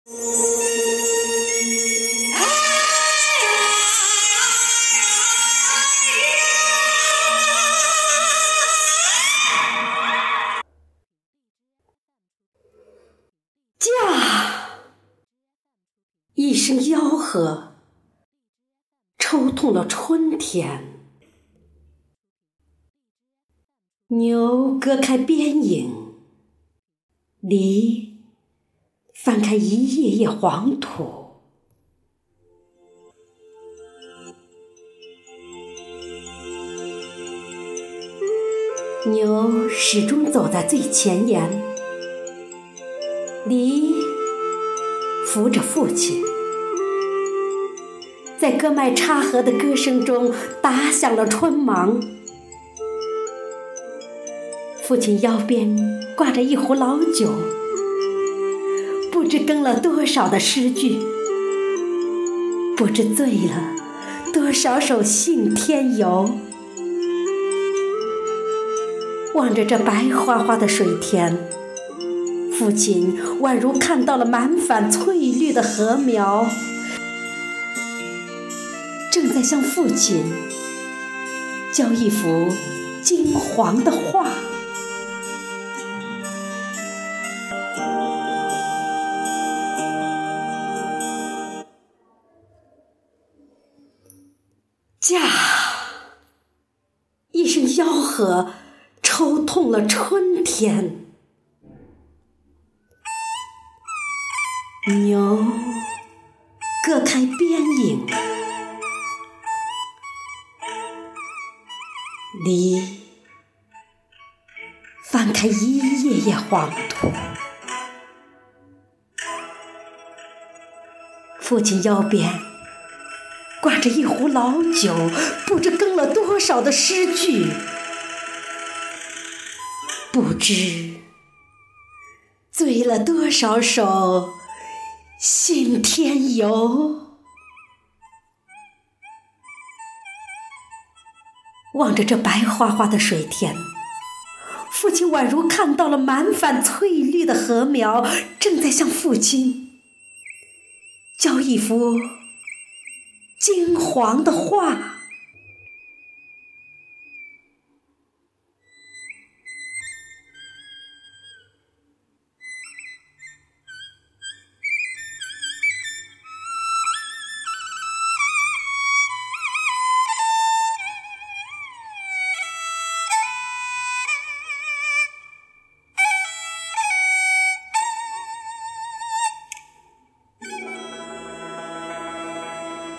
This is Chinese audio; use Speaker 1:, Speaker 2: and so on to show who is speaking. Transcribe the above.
Speaker 1: 驾！一声吆喝，抽痛了春天。牛割开边影，梨翻开一页页黄土。牛始终走在最前沿，梨扶着父亲，在割麦插禾的歌声中打响了春芒。父亲腰边挂着一壶老酒，不知耕了多少的诗句，不知醉了多少首信天游。望着这白花花的水田，父亲宛如看到了满瓣翠绿的禾苗，正在向父亲教一幅金黄的画。驾！一声吆喝，抽痛了春天。牛割开边影，梨翻开一页页黄土。父亲腰边挂着一壶老酒，不知耕了多少的诗句，不知醉了多少首信天游。望着这白花花的水田，父亲宛如看到了满瓣翠绿的禾苗，正在向父亲教一幅金黄的画。